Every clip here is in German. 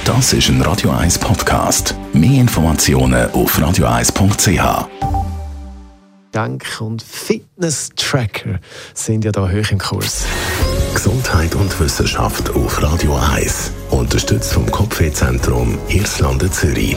Das ist ein Radio 1 Podcast. Mehr Informationen auf radio1.ch. Denk- und Fitness-Tracker sind ja da hoch im Kurs. Gesundheit und Wissenschaft auf Radio 1. Unterstützt vom Kopfwehzentrum Irlande Zürich.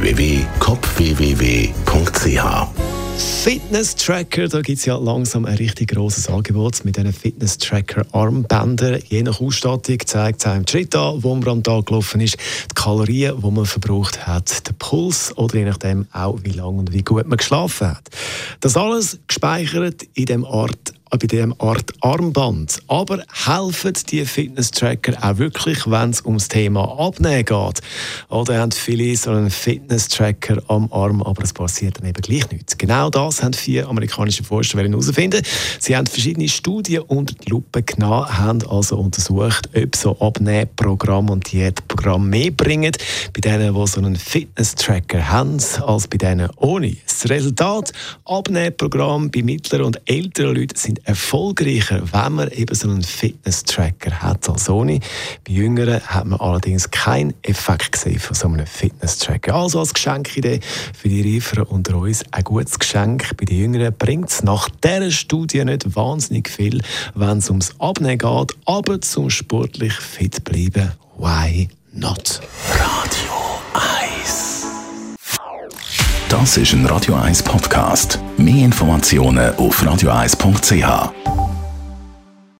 www.kopfwww.ch. Fitness-Tracker, da gibt es ja langsam ein richtig grosses Angebot mit diesen Fitness-Tracker-Armbändern. Je nach Ausstattung zeigt es einem die Schritte an, wo man am Tag gelaufen ist, die Kalorien, die man verbraucht hat, den Puls oder je nachdem auch, wie lange und wie gut man geschlafen hat. Das alles gespeichert bei diesem Art Armband. Aber helfen die Fitness-Tracker auch wirklich, wenn es ums Thema Abnehmen geht? Oder haben viele so einen Fitness-Tracker am Arm, aber es passiert dann eben gleich nichts? Genau das haben 4 amerikanische Forscher herausfinden. Sie haben verschiedene Studien unter die Lupe genommen, haben also untersucht, ob so Abnehmprogramm und Diätprogramm mehr bringen bei denen, die so einen Fitness-Tracker haben, als bei denen ohne. Das Resultat: Abnehmprogramm bei mittleren und älteren Leuten sind erfolgreicher, wenn man eben so einen Fitness-Tracker hat als ohne. Bei Jüngeren hat man allerdings keinen Effekt gesehen von so einem Fitness-Tracker. Also als Geschenkidee für die Reiferen unter uns ein gutes Geschenk. Bei den Jüngeren bringt es nach dieser Studie nicht wahnsinnig viel, wenn es ums Abnehmen geht, aber zum sportlich fit bleiben, why not? Radio 1. Das ist ein Radio 1 Podcast. Mehr Informationen auf radio1.ch.